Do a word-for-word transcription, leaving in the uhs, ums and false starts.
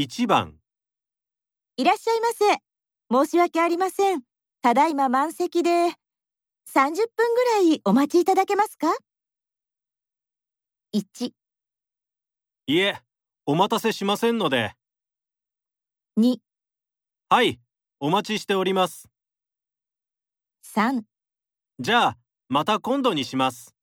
いちばん、 いらっしゃいませ。申し訳ありません。ただいま満席で、さんじゅっぷんぐらいお待ちいただけますか？いち、 いえ、お待たせしませんので。 に、 はい、お待ちしております。 さん。 じゃあ、また今度にします。